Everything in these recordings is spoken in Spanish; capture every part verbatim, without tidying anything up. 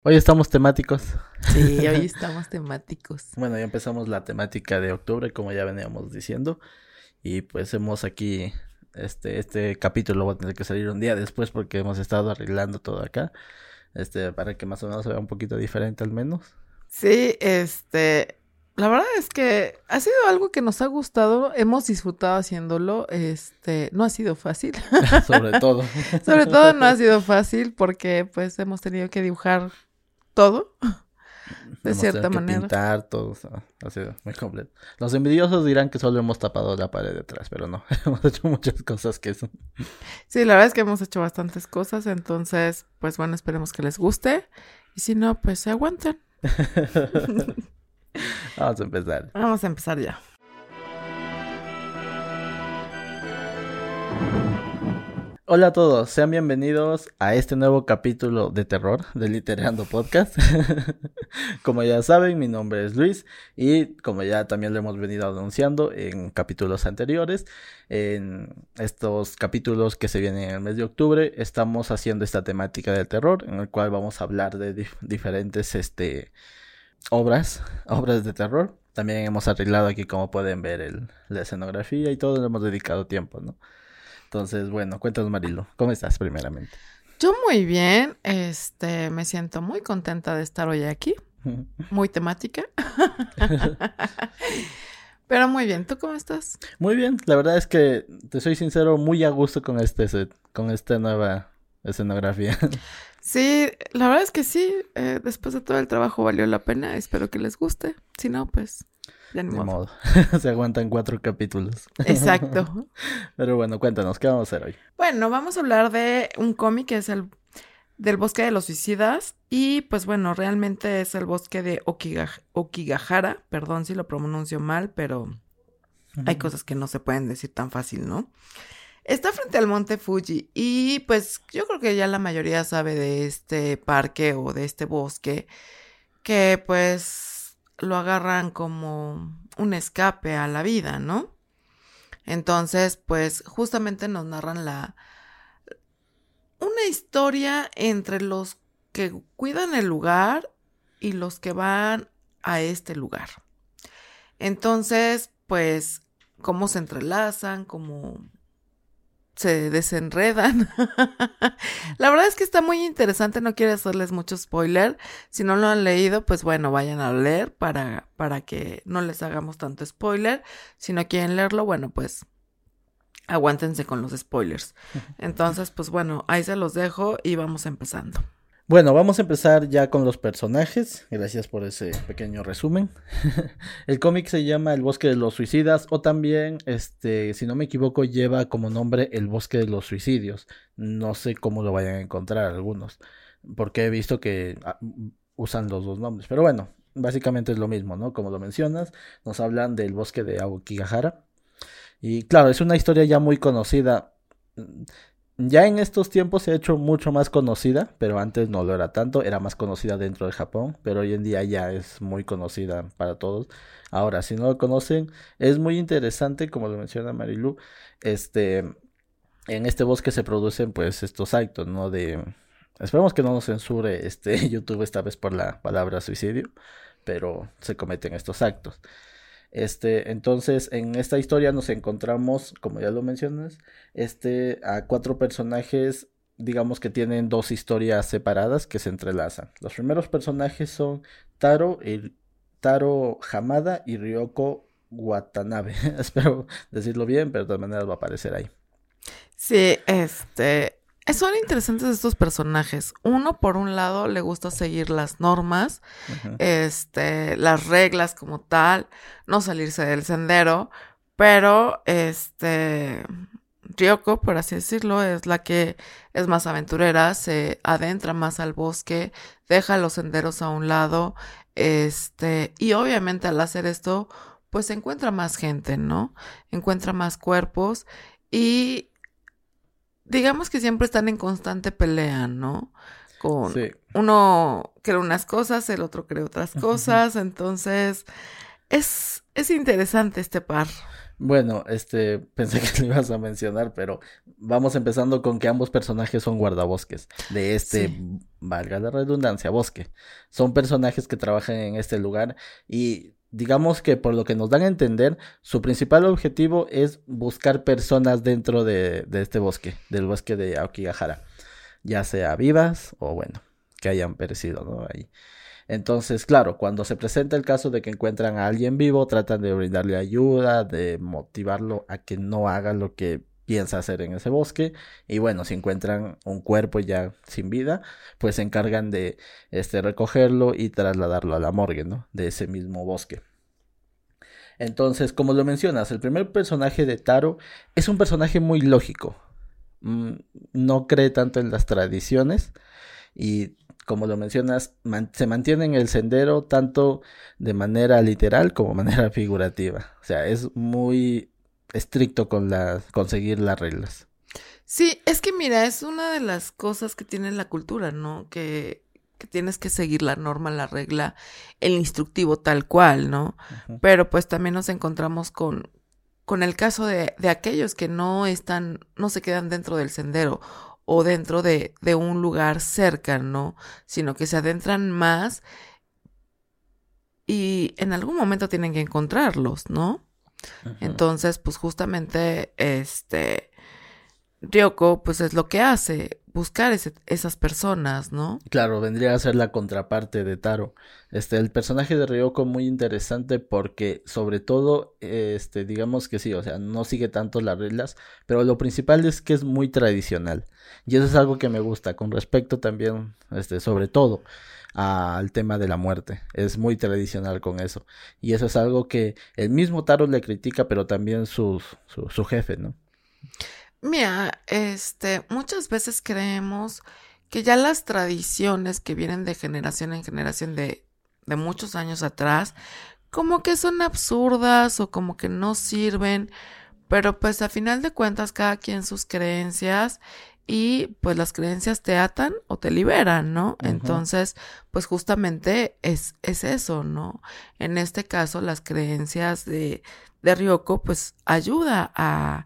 Hoy estamos temáticos. Sí, hoy estamos temáticos. Bueno, ya empezamos la temática de octubre, como ya veníamos diciendo. Y pues hemos aquí, este, este capítulo va a tener que salir un día después porque hemos estado arreglando todo acá. Este, para que más o menos se vea un poquito diferente al menos. Sí, este, la verdad es que ha sido algo que nos ha gustado, hemos disfrutado haciéndolo, este, no ha sido fácil. Sobre todo. Sobre todo no ha sido fácil porque pues hemos tenido que dibujar todo, de Hemos tenido cierta que manera. pintar todo, o sea, ha sido muy completo. Los envidiosos dirán que solo hemos tapado la pared de atrás, pero no, hemos hecho muchas cosas que son. Sí, la verdad es que hemos hecho bastantes cosas, entonces, pues bueno, esperemos que les guste. Y si no, pues se aguanten. Vamos a empezar. Vamos a empezar ya. Hola a todos, sean bienvenidos a este nuevo capítulo de terror de Literando Podcast. Como ya saben, mi nombre es Luis y como ya también lo hemos venido anunciando en capítulos anteriores, en estos capítulos que se vienen en el mes de octubre, estamos haciendo esta temática del terror en el cual vamos a hablar de dif- diferentes este, obras, obras de terror. También hemos arreglado aquí, como pueden ver, el, la escenografía y todo, le hemos dedicado tiempo, ¿no? Entonces, bueno, cuéntanos, Marilo, ¿cómo estás primeramente? Yo muy bien, este, me siento muy contenta de estar hoy aquí, muy temática. Pero muy bien, ¿tú cómo estás? Muy bien, la verdad es que, te soy sincero, muy a gusto con este set, con esta nueva escenografía. Sí, la verdad es que sí, eh, después de todo el trabajo valió la pena, espero que les guste, si no, pues, ya ni Ni modo. modo, se aguantan cuatro capítulos. Exacto. Pero bueno, cuéntanos, ¿qué vamos a hacer hoy? Bueno, vamos a hablar de un cómic que es el del Bosque de los Suicidas y pues bueno, realmente es el bosque de Okiga- Okigahara, perdón si lo pronuncio mal, pero hay cosas que no se pueden decir tan fácil, ¿no? Está frente al monte Fuji y pues yo creo que ya la mayoría sabe de este parque o de este bosque que pues lo agarran como un escape a la vida, ¿no? Entonces pues justamente nos narran la una historia entre los que cuidan el lugar y los que van a este lugar. Entonces pues cómo se entrelazan, cómo se desenredan. La verdad es que está muy interesante, no quiero hacerles mucho spoiler. Si no lo han leído, pues bueno, vayan a leer para, para que no les hagamos tanto spoiler. Si no quieren leerlo, bueno, pues aguántense con los spoilers. Entonces, pues bueno, ahí se los dejo y vamos empezando. Bueno, vamos a empezar ya con los personajes. Gracias por ese pequeño resumen. El cómic se llama El Bosque de los Suicidas o también, este, si no me equivoco, lleva como nombre El Bosque de los Suicidios. No sé cómo lo vayan a encontrar algunos, porque he visto que ah, usan los dos nombres. Pero bueno, básicamente es lo mismo, ¿no? Como lo mencionas, nos hablan del Bosque de Aokigahara. Y claro, es una historia ya muy conocida. Ya en estos tiempos se ha hecho mucho más conocida, pero antes no lo era tanto, era más conocida dentro de Japón, pero hoy en día ya es muy conocida para todos. Ahora, si no lo conocen, es muy interesante, como lo menciona Marilu, este, en este bosque se producen pues estos actos, ¿no? De, esperemos que no nos censure este YouTube esta vez por la palabra suicidio, pero se cometen estos actos. Este, entonces, en esta historia nos encontramos, como ya lo mencionas, este, a cuatro personajes, digamos que tienen dos historias separadas que se entrelazan. Los primeros personajes son Taro, y, Taro Hamada y Ryoko Watanabe. Espero decirlo bien, pero de todas maneras va a aparecer ahí. Sí, este... Son interesantes estos personajes. Uno, por un lado, le gusta seguir las normas, Ujú. este, las reglas como tal, no salirse del sendero, pero este, Ryoko, por así decirlo, es la que es más aventurera, se adentra más al bosque, deja los senderos a un lado, este, y obviamente al hacer esto, pues encuentra más gente, ¿no? Encuentra más cuerpos y digamos que siempre están en constante pelea, ¿no? Con Sí. uno cree unas cosas, el otro cree otras cosas, entonces es, es interesante este par. Bueno, este, pensé que lo ibas a mencionar, pero vamos empezando con que ambos personajes son guardabosques de este, Sí. valga la redundancia, bosque. Son personajes que trabajan en este lugar y digamos que por lo que nos dan a entender, su principal objetivo es buscar personas dentro de, de este bosque, del bosque de Aokigahara, ya sea vivas o bueno, que hayan perecido, ¿no? Ahí. Entonces, claro, cuando se presenta el caso de que encuentran a alguien vivo, tratan de brindarle ayuda, de motivarlo a que no haga lo que piensa hacer en ese bosque. Y bueno, si encuentran un cuerpo ya sin vida, pues se encargan de este recogerlo y trasladarlo a la morgue, ¿no? De ese mismo bosque. Entonces, como lo mencionas, el primer personaje de Taro es un personaje muy lógico. Mm, no cree tanto en las tradiciones y como lo mencionas, man- se mantiene en el sendero tanto de manera literal como manera figurativa. O sea, es muy estricto con las, conseguir las reglas. Sí, es que mira, es una de las cosas que tiene la cultura, ¿no? Que, que tienes que seguir la norma, la regla, el instructivo tal cual, ¿no? Ujú. Pero pues también nos encontramos con, con el caso de, de aquellos que no están, no se quedan dentro del sendero o dentro de, de un lugar cerca, ¿no? Sino que se adentran más y en algún momento tienen que encontrarlos, ¿no? Ujú. Entonces, pues justamente, este, Ryoko, pues es lo que hace, buscar ese- esas personas, ¿no? Claro, vendría a ser la contraparte de Taro. Este, el personaje de Ryoko muy interesante porque, sobre todo, este, digamos que sí, o sea, no sigue tanto las reglas, pero lo principal es que es muy tradicional. Y eso es algo que me gusta, con respecto también, este, sobre todo, al tema de la muerte. Es muy tradicional con eso. Y eso es algo que el mismo Taro le critica, pero también sus, su, su jefe, ¿no? Mira, este, muchas veces creemos que ya las tradiciones que vienen de generación en generación de, de muchos años atrás, como que son absurdas o como que no sirven, pero pues a final de cuentas cada quien sus creencias y pues las creencias te atan o te liberan, ¿no? Ujú. Entonces, pues justamente es, es eso, ¿no? En este caso, las creencias de, de Ryoko pues ayuda a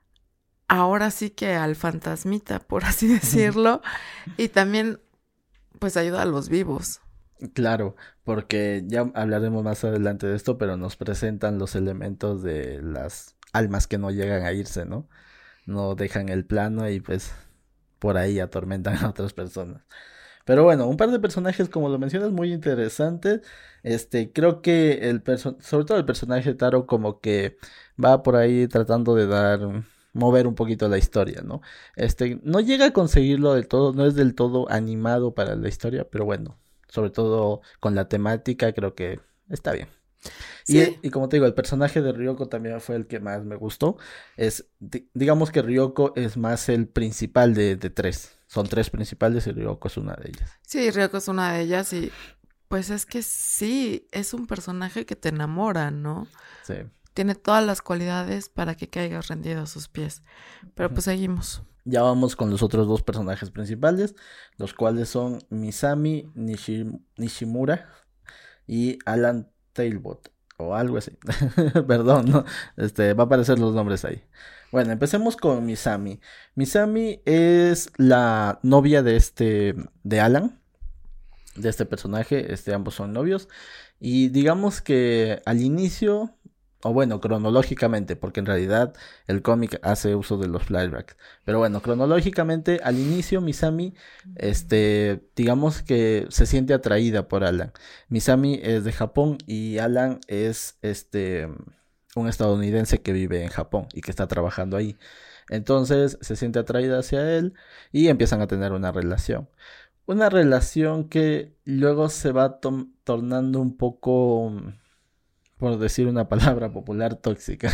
ahora sí que al fantasmita, por así decirlo, y también pues ayuda a los vivos. Claro, porque ya hablaremos más adelante de esto, pero nos presentan los elementos de las almas que no llegan a irse, ¿no? No dejan el plano y pues por ahí atormentan a otras personas. Pero bueno, un par de personajes, como lo mencionas, muy interesantes. Este, creo que el perso- sobre todo el personaje de Taro como que va por ahí tratando de dar, mover un poquito la historia, ¿no? Este, no llega a conseguirlo del todo, no es del todo animado para la historia, pero bueno, sobre todo con la temática creo que está bien. Y, Sí, y como te digo, el personaje de Ryoko también fue el que más me gustó. Es, di- digamos que Ryoko es más el principal de, de tres. Son tres principales y Ryoko es una de ellas. sí, Ryoko es una de ellas y pues es que sí, es un personaje que te enamora, ¿no? Sí. Tiene todas las cualidades para que caigas rendido a sus pies. Pero Ujú. pues seguimos. Ya vamos con los otros dos personajes principales, los cuales son Misami Nishi- Nishimura y Alan Talbot, o algo así. Perdón, ¿no? Este, va a aparecer los nombres ahí. Bueno, empecemos con Misami. Misami es la novia de este, de Alan, de este personaje, este, ambos son novios. Y digamos que al inicio, o bueno, cronológicamente, porque en realidad el cómic hace uso de los flashbacks. Pero bueno, cronológicamente, al inicio Misami, este, digamos que se siente atraída por Alan. Misami es de Japón y Alan es este un estadounidense que vive en Japón y que está trabajando ahí. Entonces se siente atraída hacia él y empiezan a tener una relación. Una relación que luego se va tom- tornando un poco, por decir una palabra popular, tóxica.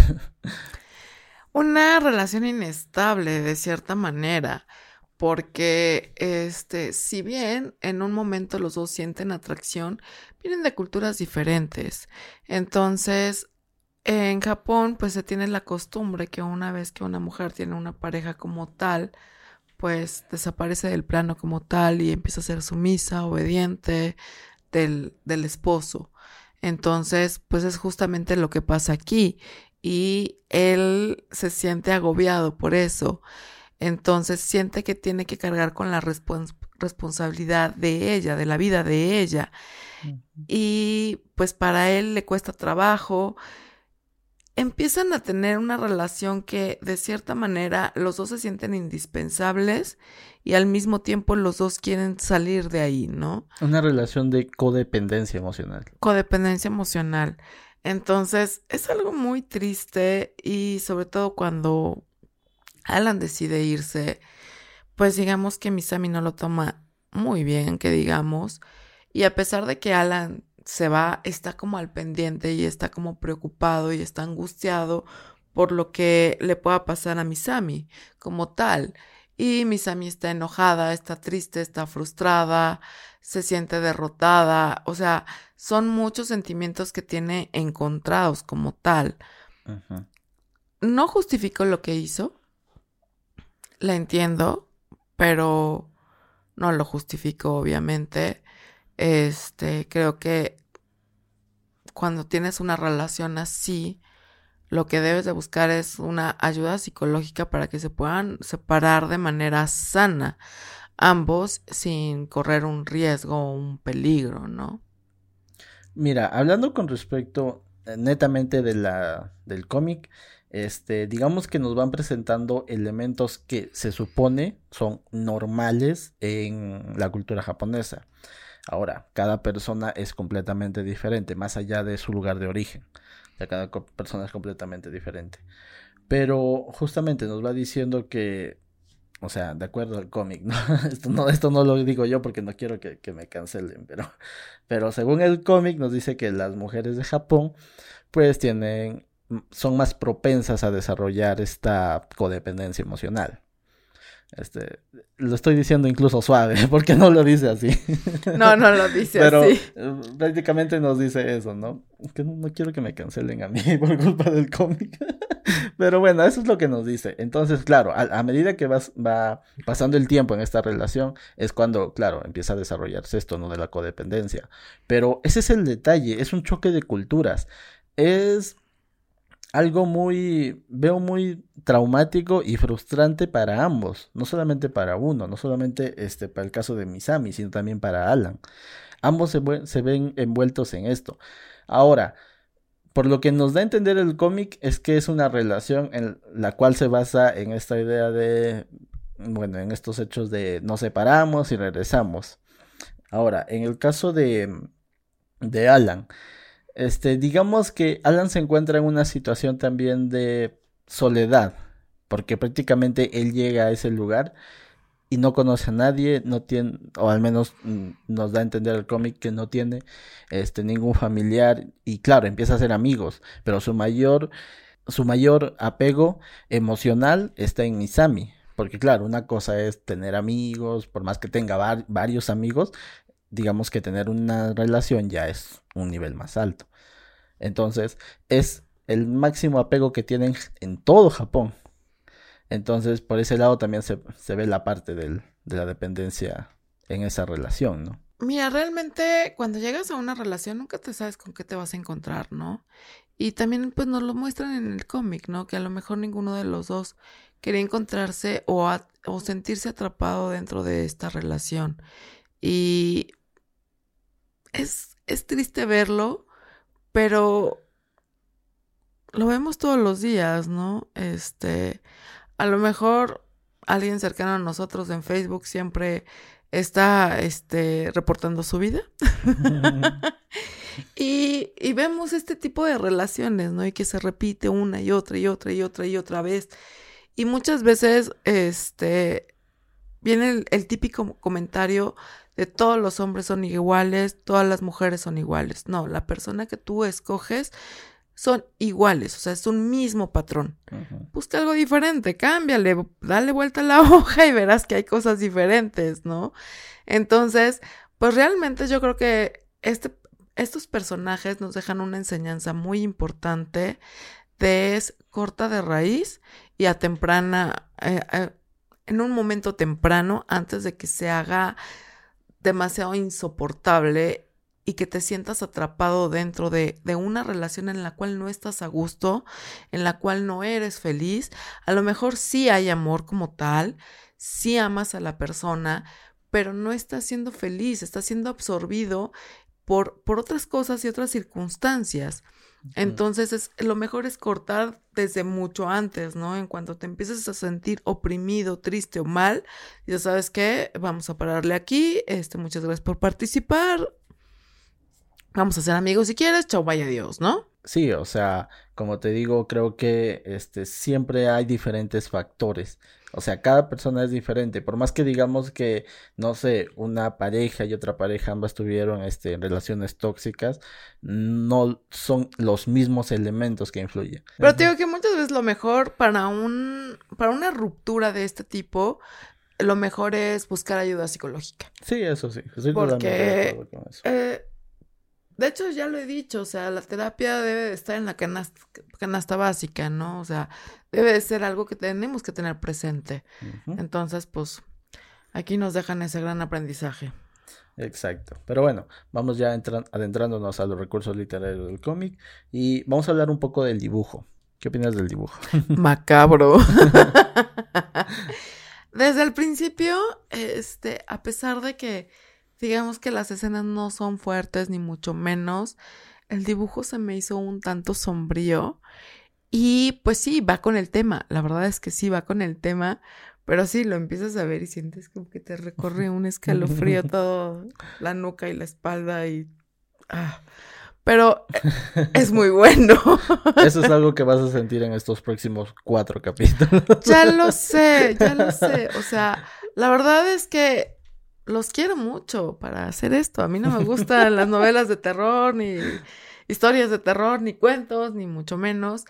Una relación inestable de cierta manera, porque este, si bien en un momento los dos sienten atracción, vienen de culturas diferentes. Entonces, en Japón, pues se tiene la costumbre que una vez que una mujer tiene una pareja como tal, pues desaparece del plano como tal y empieza a ser sumisa, obediente del, del esposo. Entonces, pues es justamente lo que pasa aquí. y él se siente agobiado por eso. Entonces siente que tiene que cargar con la respons- responsabilidad de ella, de la vida de ella. Uh-huh. Y pues para él le cuesta trabajo. Empiezan a tener una relación que de cierta manera los dos se sienten indispensables y al mismo tiempo los dos quieren salir de ahí, ¿no? Una relación de codependencia emocional. Codependencia emocional. Entonces es algo muy triste y sobre todo cuando Alan decide irse, pues digamos que Misami no lo toma muy bien, que digamos, y a pesar de que Alan se va, está como al pendiente y está como preocupado y está angustiado por lo que le pueda pasar a Misami como tal. Y Misami está enojada, está triste, está frustrada, se siente derrotada. O sea, son muchos sentimientos que tiene encontrados como tal. Uh-huh. No justifico lo que hizo, la entiendo, pero no lo justifico, obviamente. Este, creo que cuando tienes una relación así, lo que debes de buscar es una ayuda psicológica para que se puedan separar de manera sana, ambos sin correr un riesgo o un peligro, ¿no? Mira, hablando con respecto eh, netamente de la, del cómic, este, digamos que nos van presentando elementos que se supone son normales en la cultura japonesa. Ahora, cada persona es completamente diferente, más allá de su lugar de origen. O sea, cada co- persona es completamente diferente. Pero justamente nos va diciendo que, o sea, de acuerdo al cómic, ¿no? Esto no, esto no lo digo yo porque no quiero que, que me cancelen, pero, pero según el cómic nos dice que las mujeres de Japón, pues tienen, son más propensas a desarrollar esta codependencia emocional. Este, lo estoy diciendo incluso suave, porque no lo dice así. No, no lo dice Pero, así. Pero eh, prácticamente nos dice eso, ¿no? Que no, no quiero que me cancelen a mí por culpa del cómic. Pero bueno, eso es lo que nos dice. Entonces, claro, a, a medida que vas, va pasando el tiempo en esta relación, es cuando, claro, empieza a desarrollarse esto, ¿no? De la codependencia. Pero ese es el detalle, es un choque de culturas. Es algo muy, veo muy traumático y frustrante para ambos, no solamente para uno, no solamente este, para el caso de Misami, sino también para Alan. Ambos se, se ven envueltos en esto. Ahora, por lo que nos da a entender el cómic es que es una relación en la cual se basa en esta idea de, bueno, en estos hechos de nos separamos y regresamos. Ahora, en el caso de, de Alan, Este, digamos que Alan se encuentra en una situación también de soledad, porque prácticamente él llega a ese lugar y no conoce a nadie, no tiene, o al menos mm, nos da a entender el cómic que no tiene este ningún familiar y claro, empieza a hacer amigos, pero su mayor su mayor apego emocional está en Misami, porque claro, una cosa es tener amigos, por más que tenga var- varios amigos, digamos que tener una relación ya es un nivel más alto. Entonces, es el máximo apego que tienen en todo Japón. Entonces, por ese lado también se, se ve la parte del, de la dependencia en esa relación, ¿no? Mira, realmente cuando llegas a una relación nunca te sabes con qué te vas a encontrar, ¿no? Y también pues nos lo muestran en el cómic, ¿no? Que a lo mejor ninguno de los dos quería encontrarse o, a, o sentirse atrapado dentro de esta relación. Y es, es triste verlo, pero lo vemos todos los días, ¿no? Este, a lo mejor alguien cercano a nosotros en Facebook siempre está este, reportando su vida. y, y vemos este tipo de relaciones, ¿no? Y que se repite una y otra y otra y otra y otra vez. Y muchas veces este, viene el, el típico comentario de todos los hombres son iguales, todas las mujeres son iguales. No, la persona que tú escoges son iguales, o sea, es un mismo patrón. Uh-huh. Busca algo diferente, cámbiale, dale vuelta a la hoja y verás que hay cosas diferentes, ¿no? Entonces, pues realmente yo creo que este, estos personajes nos dejan una enseñanza muy importante de es corta de raíz y a temprana, eh, eh, en un momento temprano, antes de que se haga demasiado insoportable y que te sientas atrapado dentro de, de una relación en la cual no estás a gusto, en la cual no eres feliz. A lo mejor sí hay amor como tal, sí amas a la persona, pero no estás siendo feliz, estás siendo absorbido por, por otras cosas y otras circunstancias. Entonces, es, lo mejor es cortar desde mucho antes, ¿no? En cuanto te empieces a sentir oprimido, triste o mal, ya sabes qué, vamos a pararle aquí, este, muchas gracias por participar, vamos a ser amigos si quieres, chau, vaya Dios, ¿no? Sí, o sea, como te digo, creo que este siempre hay diferentes factores. O sea, cada persona es diferente. Por más que digamos que, no sé, una pareja y otra pareja ambas tuvieron este relaciones tóxicas, no son los mismos elementos que influyen. Pero te digo que muchas veces lo mejor para un para una ruptura de este tipo, lo mejor es buscar ayuda psicológica. Sí, eso sí, estoy totalmente de acuerdo Porque con eso. eh, de hecho, ya lo he dicho, o sea, la terapia debe de estar en la canasta, canasta básica, ¿no? O sea, debe de ser algo que tenemos que tener presente. Ujú. Entonces, pues, aquí nos dejan ese gran aprendizaje. Exacto. Pero bueno, vamos ya entran- adentrándonos a los recursos literarios del cómic y vamos a hablar un poco del dibujo. ¿Qué opinas del dibujo? Macabro. Desde el principio, este, a pesar de que digamos que las escenas no son fuertes ni mucho menos, el dibujo se me hizo un tanto sombrío y pues sí, va con el tema, la verdad es que sí, va con el tema, pero sí, lo empiezas a ver y sientes como que te recorre un escalofrío todo la nuca y la espalda y... Ah. Pero es muy bueno. Eso es algo que vas a sentir en estos próximos cuatro capítulos. Ya lo sé, ya lo sé, o sea, la verdad es que los quiero mucho para hacer esto. A mí no me gustan las novelas de terror, ni historias de terror, ni cuentos, ni mucho menos.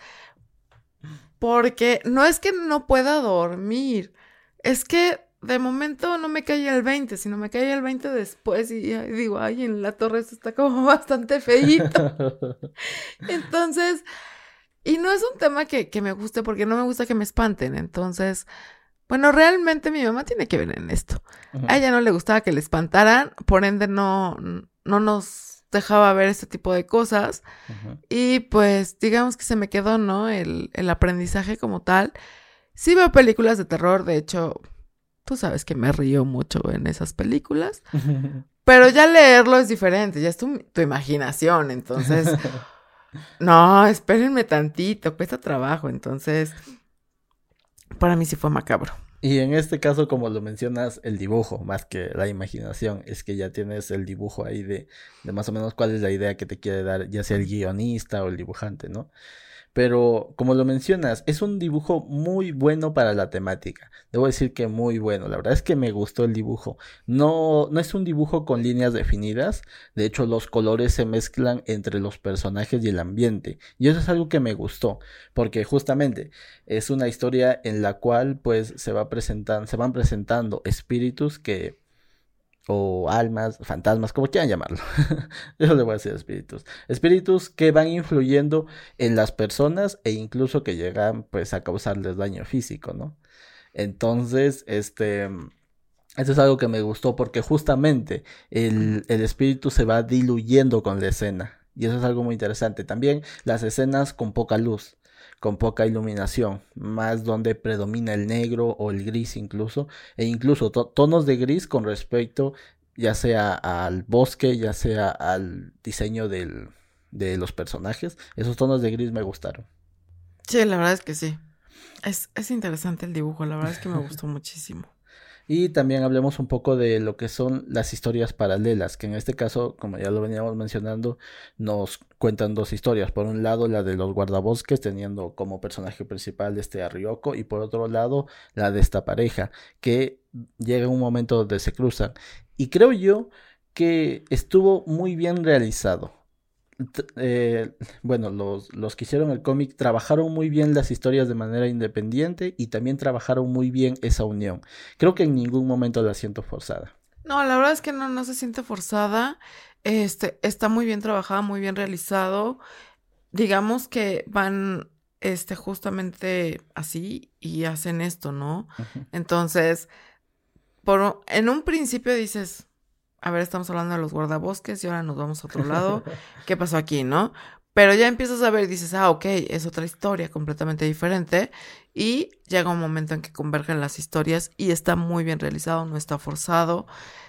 Porque no es que no pueda dormir. Es que de momento no me cae el veinte, sino me cae el veinte después y, y digo, ay, en la torre esto está como bastante feíto. Entonces, y no es un tema que, que me guste porque no me gusta que me espanten. Entonces... Bueno, realmente mi mamá tiene que ver en esto. Uh-huh. A ella no le gustaba que le espantaran, por ende no, no nos dejaba ver este tipo de cosas. Uh-huh. Y pues digamos que se me quedó, ¿no? El, el aprendizaje como tal. Sí veo películas de terror, de hecho, tú sabes que me río mucho en esas películas. Uh-huh. Pero ya leerlo es diferente, ya es tu, tu imaginación, entonces... No, espérenme tantito, cuesta trabajo, entonces... Para mí sí fue macabro. Y en este caso, como lo mencionas, el dibujo, más que la imaginación, es que ya tienes el dibujo ahí de, de más o menos cuál es la idea que te quiere dar, ya sea el guionista o el dibujante, ¿no? Pero, como lo mencionas, es un dibujo muy bueno para la temática. Debo decir que muy bueno. La verdad es que me gustó el dibujo. No, no es un dibujo con líneas definidas. De hecho, los colores se mezclan entre los personajes y el ambiente. Y eso es algo que me gustó. Porque justamente es una historia en la cual, pues, se va presentando, se van presentando espíritus que... o almas, fantasmas, como quieran llamarlo. Yo le voy a decir espíritus. Espíritus que van influyendo en las personas e incluso que llegan pues a causarles daño físico, ¿no? Entonces, este... Eso es algo que me gustó porque justamente el, el espíritu se va diluyendo con la escena. Y eso es algo muy interesante. También las escenas con poca luz, con poca iluminación, más donde predomina el negro o el gris incluso, e incluso to- tonos de gris con respecto ya sea al bosque, ya sea al diseño del, de los personajes. Esos tonos de gris me gustaron. Sí, la verdad es que sí. Es, es interesante el dibujo, la verdad es que me gustó muchísimo. Y también hablemos un poco de lo que son las historias paralelas, que en este caso, como ya lo veníamos mencionando, nos cuentan dos historias. Por un lado, la de los guardabosques, teniendo como personaje principal este a Ryoko, y por otro lado, la de esta pareja, que llega un momento donde se cruzan. Y creo yo que estuvo muy bien realizado. Eh, bueno, los, los que hicieron el cómic trabajaron muy bien las historias de manera independiente y también trabajaron muy bien esa unión. Creo que en ningún momento la siento forzada. No, la verdad es que no, no se siente forzada. Este, está muy bien trabajada, muy bien realizado. Digamos que van, este, justamente así y hacen esto, ¿no? Uh-huh. Entonces, por, en un principio dices, a ver, estamos hablando de los guardabosques y ahora nos vamos a otro lado. ¿Qué pasó aquí, no? Pero ya empiezas a ver y dices, ah, ok, es otra historia completamente diferente. Y llega un momento en que convergen las historias y está muy bien realizado, no está forzado.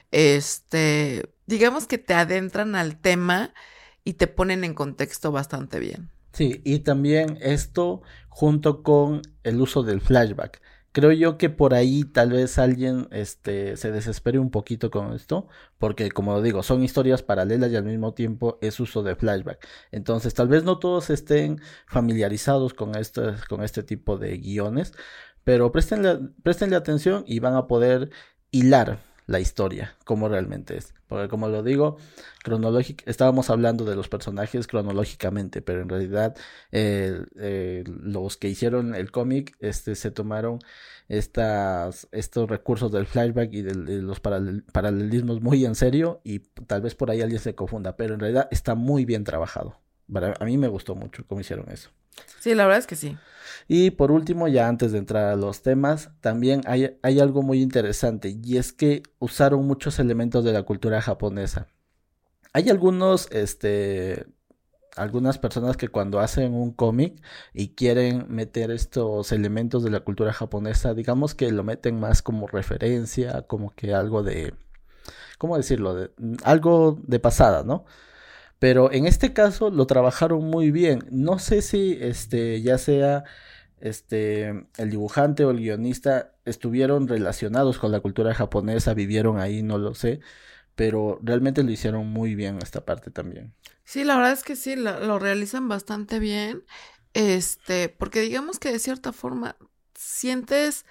Este, digamos que te adentran al tema y te ponen en contexto bastante bien. Sí, y también esto junto con el uso del flashback. Creo yo que por ahí tal vez alguien este, se desespere un poquito con esto, porque como digo, son historias paralelas y al mismo tiempo es uso de flashback. Entonces tal vez no todos estén familiarizados con este, con este tipo de guiones, pero préstenle, préstenle atención y van a poder hilar la historia, como realmente es. Porque como lo digo, cronológic estábamos hablando de los personajes cronológicamente, pero en realidad eh, eh, los que hicieron el cómic este, se tomaron estas, estos recursos del flashback y de, de los paralel paralelismos muy en serio y tal vez por ahí alguien se confunda, pero en realidad está muy bien trabajado. Para, a mí me gustó mucho cómo hicieron eso. Sí, la verdad es que sí. Y por último, ya antes de entrar a los temas, también hay, hay algo muy interesante y es que usaron muchos elementos de la cultura japonesa. Hay algunos, este, algunas personas que cuando hacen un cómic y quieren meter estos elementos de la cultura japonesa, digamos que lo meten más como referencia, como que algo de, ¿cómo decirlo? De, algo de pasada, ¿no? Pero en este caso lo trabajaron muy bien. No sé si este ya sea este el dibujante o el guionista estuvieron relacionados con la cultura japonesa, vivieron ahí, no lo sé, pero realmente lo hicieron muy bien esta parte también. Sí, la verdad es que sí, lo, lo realizan bastante bien. Este, porque digamos que de cierta forma sientes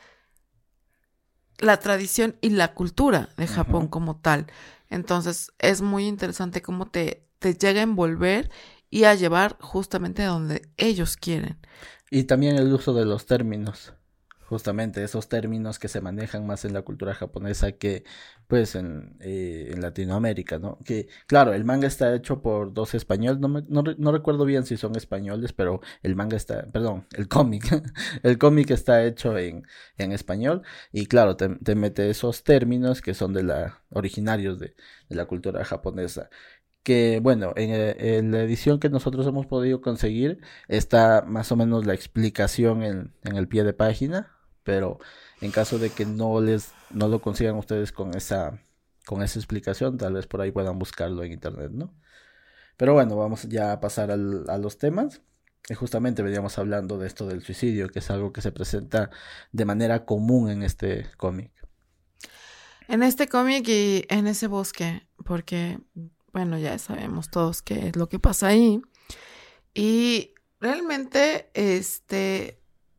la tradición y la cultura de Japón Ujú. como tal. Entonces, es muy interesante cómo te, te llega a envolver y a llevar justamente a donde ellos quieren. Y también el uso de los términos, justamente esos términos que se manejan más en la cultura japonesa que pues en, eh, en Latinoamérica, ¿no? Que claro, el manga está hecho por dos españoles, no, me, no, no recuerdo bien si son españoles, pero el manga está, perdón, el cómic, el cómic está hecho en, en español y claro, te, te mete esos términos que son de la, originarios de, de la cultura japonesa que bueno, en, eh, en la edición que nosotros hemos podido conseguir está más o menos la explicación en, en el pie de página, pero en caso de que no les no lo consigan ustedes con esa con esa explicación, tal vez por ahí puedan buscarlo en internet, ¿no? Pero bueno, vamos ya a pasar al, a los temas. Y justamente veníamos hablando de esto del suicidio, que es algo que se presenta de manera común en este cómic. En este cómic y en ese bosque, porque, bueno, ya sabemos todos qué es lo que pasa ahí. Y realmente, este,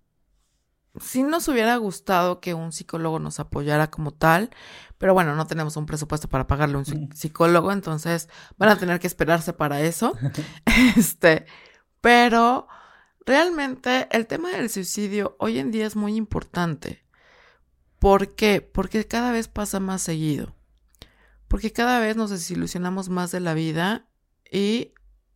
sí nos hubiera gustado que un psicólogo nos apoyara como tal, pero bueno, no tenemos un presupuesto para pagarle a un psi- psicólogo, entonces van a tener que esperarse para eso. Este, pero realmente el tema del suicidio hoy en día es muy importante. ¿Por qué? Porque cada vez pasa más seguido. Porque cada vez nos desilusionamos más de la vida y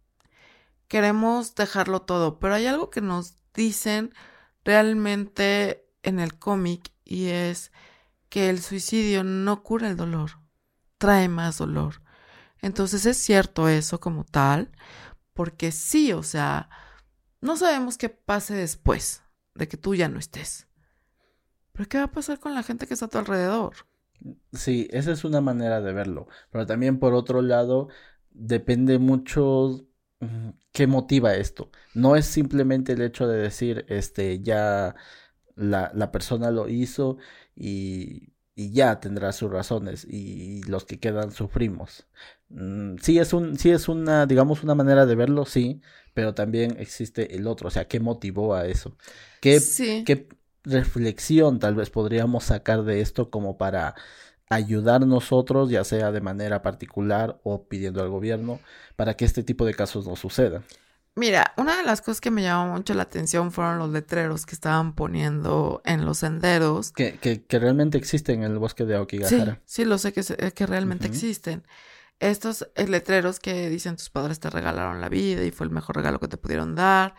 queremos dejarlo todo. Pero hay algo que nos dicen realmente en el cómic y es que el suicidio no cura el dolor, trae más dolor. Entonces es cierto eso como tal, porque sí, o sea, no sabemos qué pase después de que tú ya no estés. Pero ¿qué va a pasar con la gente que está a tu alrededor? Sí, esa es una manera de verlo, pero también por otro lado depende mucho mm, qué motiva esto. No es simplemente el hecho de decir, este, ya la, la persona lo hizo y, y ya tendrá sus razones y los que quedan sufrimos. Mm, sí es un, sí es una, digamos, una manera de verlo, sí, pero también existe el otro, o sea, ¿qué motivó a eso? ¿Qué, Sí, qué reflexión tal vez podríamos sacar de esto como para ayudar nosotros, ya sea de manera particular o pidiendo al gobierno, para que este tipo de casos no sucedan? mira, una de las cosas que me llamó mucho la atención fueron los letreros que estaban poniendo en los senderos. Que, que, que realmente existe en el bosque de Sí, Aokigahara. sí, lo sé que, se- que realmente Ujú. existen. Estos eh, letreros que dicen tus padres te regalaron la vida y fue el mejor regalo que te pudieron dar.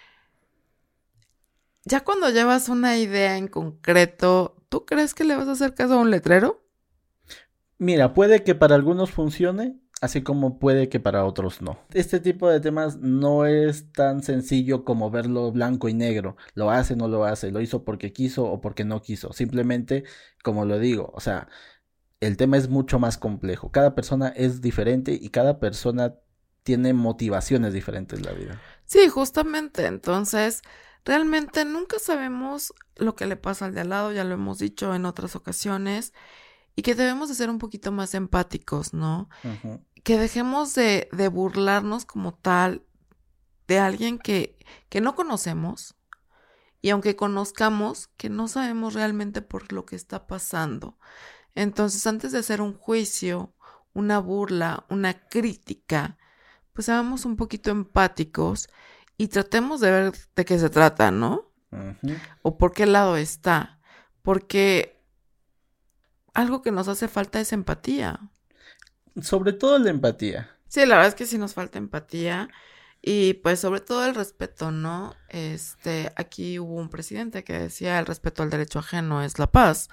Ya cuando llevas una idea en concreto, ¿tú crees que le vas a hacer caso a un letrero? Mira, puede que para algunos funcione, así como puede que para otros no. Este tipo de temas no es tan sencillo como verlo blanco y negro. Lo hace, no lo hace, lo hizo porque quiso o porque no quiso. Simplemente, como lo digo, o sea, el tema es mucho más complejo. Cada persona es diferente y cada persona tiene motivaciones diferentes en la vida. Sí, justamente. Entonces, realmente nunca sabemos lo que le pasa al de al lado, ya lo hemos dicho en otras ocasiones, y que debemos de ser un poquito más empáticos, ¿no? Ujú. Que dejemos de, de burlarnos como tal de alguien que, que no conocemos, y aunque conozcamos, que no sabemos realmente por lo que está pasando. Entonces, antes de hacer un juicio, una burla, una crítica, pues seamos un poquito empáticos y tratemos de ver de qué se trata, ¿no? Ujú. O por qué lado está. Porque algo que nos hace falta es empatía. Sobre todo la empatía. Sí, la verdad es que sí nos falta empatía. Y pues sobre todo el respeto, ¿no? Este, aquí hubo un presidente que decía el respeto al derecho ajeno es la paz.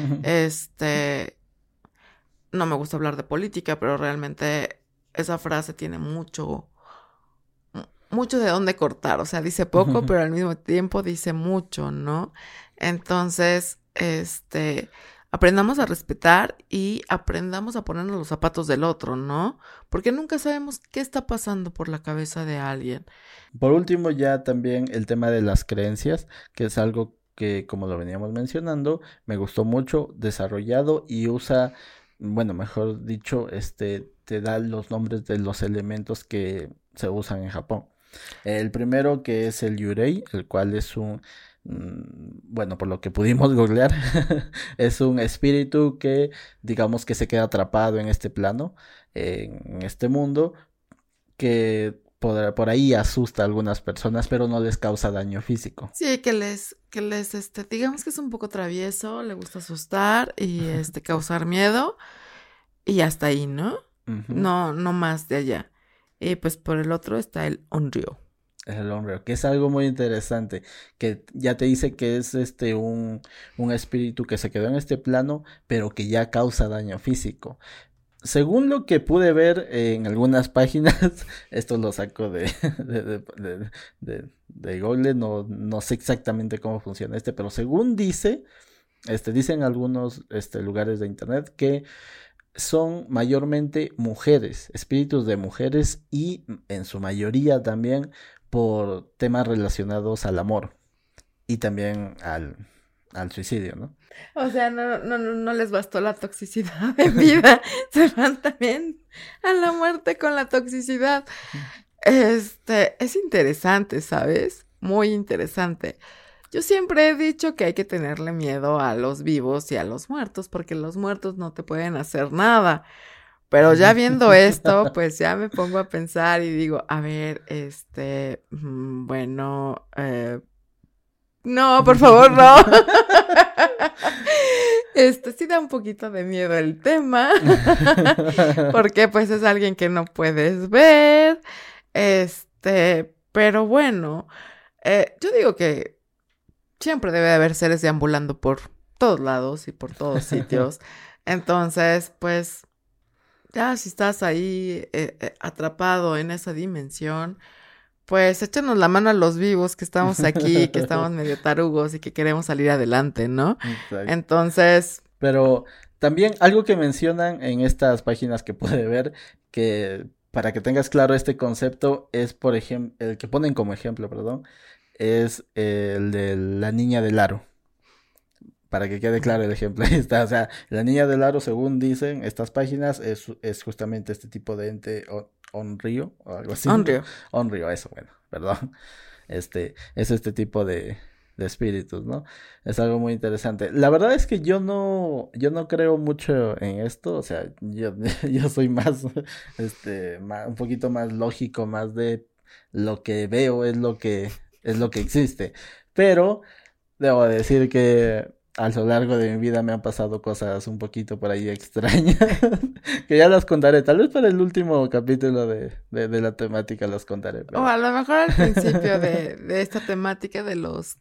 Este, no me gusta hablar de política, pero realmente esa frase tiene mucho, mucho de dónde cortar. O sea, dice poco, pero al mismo tiempo dice mucho, ¿no? Entonces, este, aprendamos a respetar y aprendamos a ponernos los zapatos del otro, ¿no? Porque nunca sabemos qué está pasando por la cabeza de alguien. Por último, ya también el tema de las creencias, que es algo que, como lo veníamos mencionando, me gustó mucho, desarrollado y usa, bueno, mejor dicho, este, te da los nombres de los elementos que se usan en Japón. El primero que es el Yurei, el cual es un, mm, bueno, por lo que pudimos googlear, es un espíritu que, digamos que se queda atrapado en este plano, en este mundo, que por, por ahí asusta a algunas personas, pero no les causa daño físico. Sí, que les, que les, este, digamos que es un poco travieso, le gusta asustar y, este, causar miedo y hasta ahí, ¿no? Ujú. No, no más de allá. Y pues por el otro está el Onryo. El hombre, que es algo muy interesante, que ya te dice que es este un, un espíritu que se quedó en este plano, pero que ya causa daño físico. Según lo que pude ver en algunas páginas, esto lo saco de, de, de, de, de, de Google, no, no sé exactamente cómo funciona este, pero según dice, este, dicen algunos este, lugares de internet que son mayormente mujeres, espíritus de mujeres y en su mayoría también por temas relacionados al amor y también al, al suicidio, ¿no? O sea, no, no, no, no les bastó la toxicidad en vida. Se van también a la muerte con la toxicidad. Este, es interesante, ¿sabes? Muy interesante. Yo siempre he dicho que hay que tenerle miedo a los vivos y a los muertos, porque los muertos no te pueden hacer nada. Pero ya viendo esto, pues ya me pongo a pensar y digo, a ver, este, mm, bueno, eh, no, por favor, no. Este, sí da un poquito de miedo el tema, porque pues es alguien que no puedes ver, este, pero bueno, eh, yo digo que siempre debe de haber seres deambulando por todos lados y por todos sitios, entonces, pues, ya si estás ahí eh, eh, atrapado en esa dimensión, pues échanos la mano a los vivos que estamos aquí, que estamos medio tarugos y que queremos salir adelante, ¿no? Exacto. Entonces, Pero también algo que mencionan en estas páginas que pude ver, que para que tengas claro este concepto, es por ejemplo, el que ponen como ejemplo, perdón, es el de la niña del aro. Para que quede claro el ejemplo, ahí está, o sea, la niña del aro, según dicen estas páginas, es, es justamente este tipo de ente on, onryo o algo así. Onryo. Onryo, eso, bueno, perdón. Este, es este tipo de, de espíritus, ¿no? Es algo muy interesante. La verdad es que yo no, yo no creo mucho en esto, o sea, yo, yo soy más, este, más, un poquito más lógico, más de lo que veo es lo que, es lo que existe. Pero debo decir que a lo largo de mi vida me han pasado cosas un poquito por ahí extrañas, que ya las contaré, tal vez para el último capítulo de, de, de la temática las contaré. Pero... O a lo mejor al principio de, de esta temática de los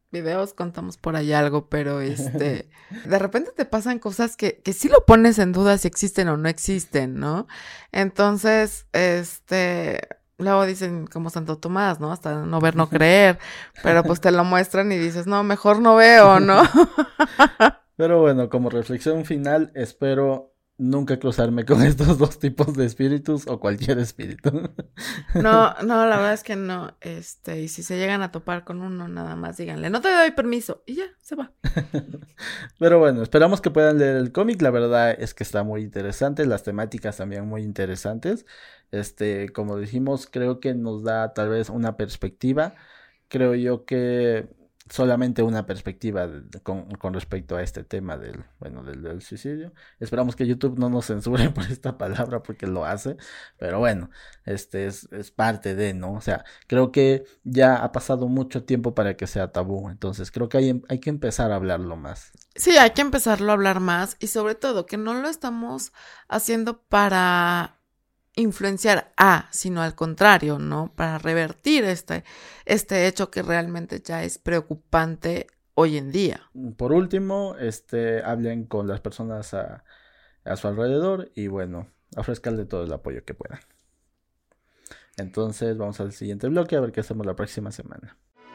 videos contamos por ahí algo, pero este, de repente te pasan cosas que, que sí lo pones en duda si existen o no existen, ¿no? Entonces, este, luego dicen como Santo Tomás, ¿no? Hasta no ver, no creer, pero pues te lo muestran y dices, no, mejor no veo, ¿no? Pero bueno, como reflexión final, espero nunca cruzarme con estos dos tipos de espíritus o cualquier espíritu. No, no, la verdad es que no, este, y si se llegan a topar con uno, nada más díganle, no te doy permiso, y ya, se va. Pero bueno, esperamos que puedan leer el cómic, la verdad es que está muy interesante, las temáticas también muy interesantes, este, como dijimos, creo que nos da tal vez una perspectiva, creo yo que solamente una perspectiva de, con, con respecto a este tema del, bueno, del, del suicidio. Esperamos que YouTube no nos censure por esta palabra porque lo hace, pero bueno, este es, es parte de, ¿no? O sea, creo que ya ha pasado mucho tiempo para que sea tabú, entonces creo que hay, hay que empezar a hablarlo más. Sí, hay que empezarlo a hablar más y sobre todo que no lo estamos haciendo para influenciar a, sino al contrario, ¿no? Para revertir este, este hecho que realmente ya es preocupante hoy en día. Por último, este, hablen con las personas a, a su alrededor y bueno, ofrezcanle todo el apoyo que puedan. Entonces vamos al siguiente bloque a ver qué hacemos la próxima semana.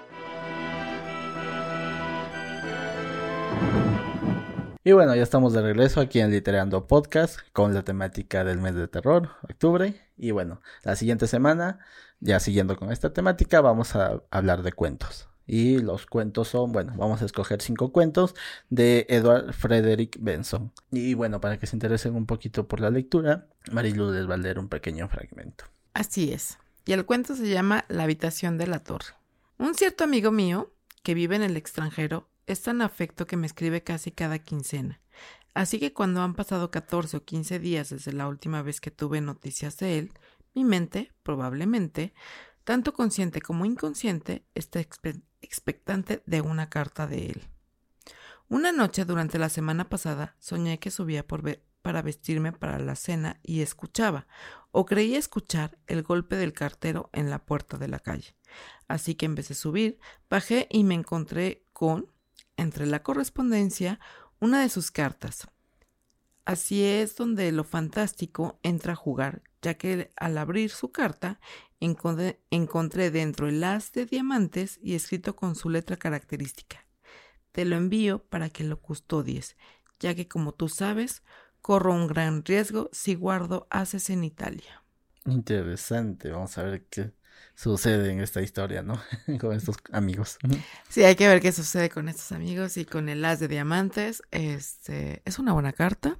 Y bueno, ya estamos de regreso aquí en Literando Podcast con la temática del mes de terror, octubre. Y bueno, la siguiente semana, ya siguiendo con esta temática, vamos a hablar de cuentos. Y los cuentos son, bueno, vamos a escoger cinco cuentos de Edward Frederick Benson. Y bueno, para que se interesen un poquito por la lectura, Marilu les va a leer un pequeño fragmento. Así es. Y el cuento se llama La habitación de la torre. Un cierto amigo mío, que vive en el extranjero, es tan afecto que me escribe casi cada quincena. Así que cuando han pasado catorce o quince días desde la última vez que tuve noticias de él, mi mente, probablemente, tanto consciente como inconsciente, está expe- expectante de una carta de él. Una noche durante la semana pasada soñé que subía por ve- para vestirme para la cena y escuchaba, o creía escuchar, el golpe del cartero en la puerta de la calle. Así que en vez de subir, bajé y me encontré con, entre la correspondencia, una de sus cartas. Así es donde lo fantástico entra a jugar, ya que al abrir su carta encontré, encontré dentro el haz de diamantes y escrito con su letra característica. Te lo envío para que lo custodies, ya que como tú sabes, corro un gran riesgo si guardo haces en Italia. Interesante, vamos a ver qué sucede en esta historia, ¿no? Con estos amigos. Sí, hay que ver qué sucede con estos amigos y con el as de diamantes. Este, es una buena carta.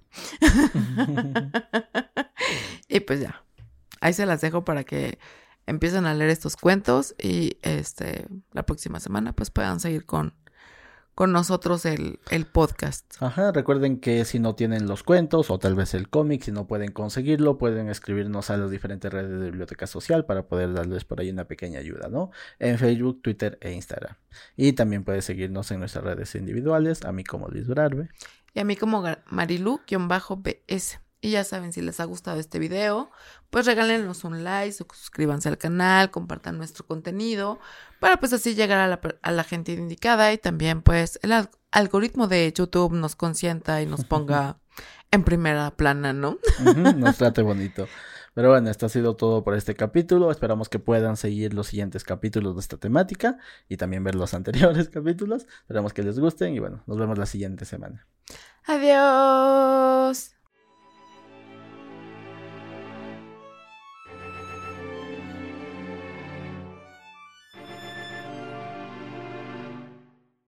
Y pues ya, ahí se las dejo para que empiecen a leer estos cuentos y este, la próxima semana pues puedan seguir con, con nosotros el, el podcast. Ajá, recuerden que si no tienen los cuentos o tal vez el cómic, si no pueden conseguirlo, pueden escribirnos a las diferentes redes de Biblioteca Social para poder darles por ahí una pequeña ayuda, ¿no? En Facebook, Twitter e Instagram. Y también pueden seguirnos en nuestras redes individuales, a mí como Luis Brarbe. Y a mí como Marilu-B S. Y ya saben, si les ha gustado este video, pues regálenos un like, suscríbanse al canal, compartan nuestro contenido, para pues así llegar a la, a la gente indicada y también pues el al- algoritmo de YouTube nos consienta y nos ponga en primera plana, ¿no? Uh-huh, nos trate bonito. Pero bueno, esto ha sido todo por este capítulo. Esperamos que puedan seguir los siguientes capítulos de esta temática y también ver los anteriores capítulos. Esperamos que les gusten y bueno, nos vemos la siguiente semana. Adiós.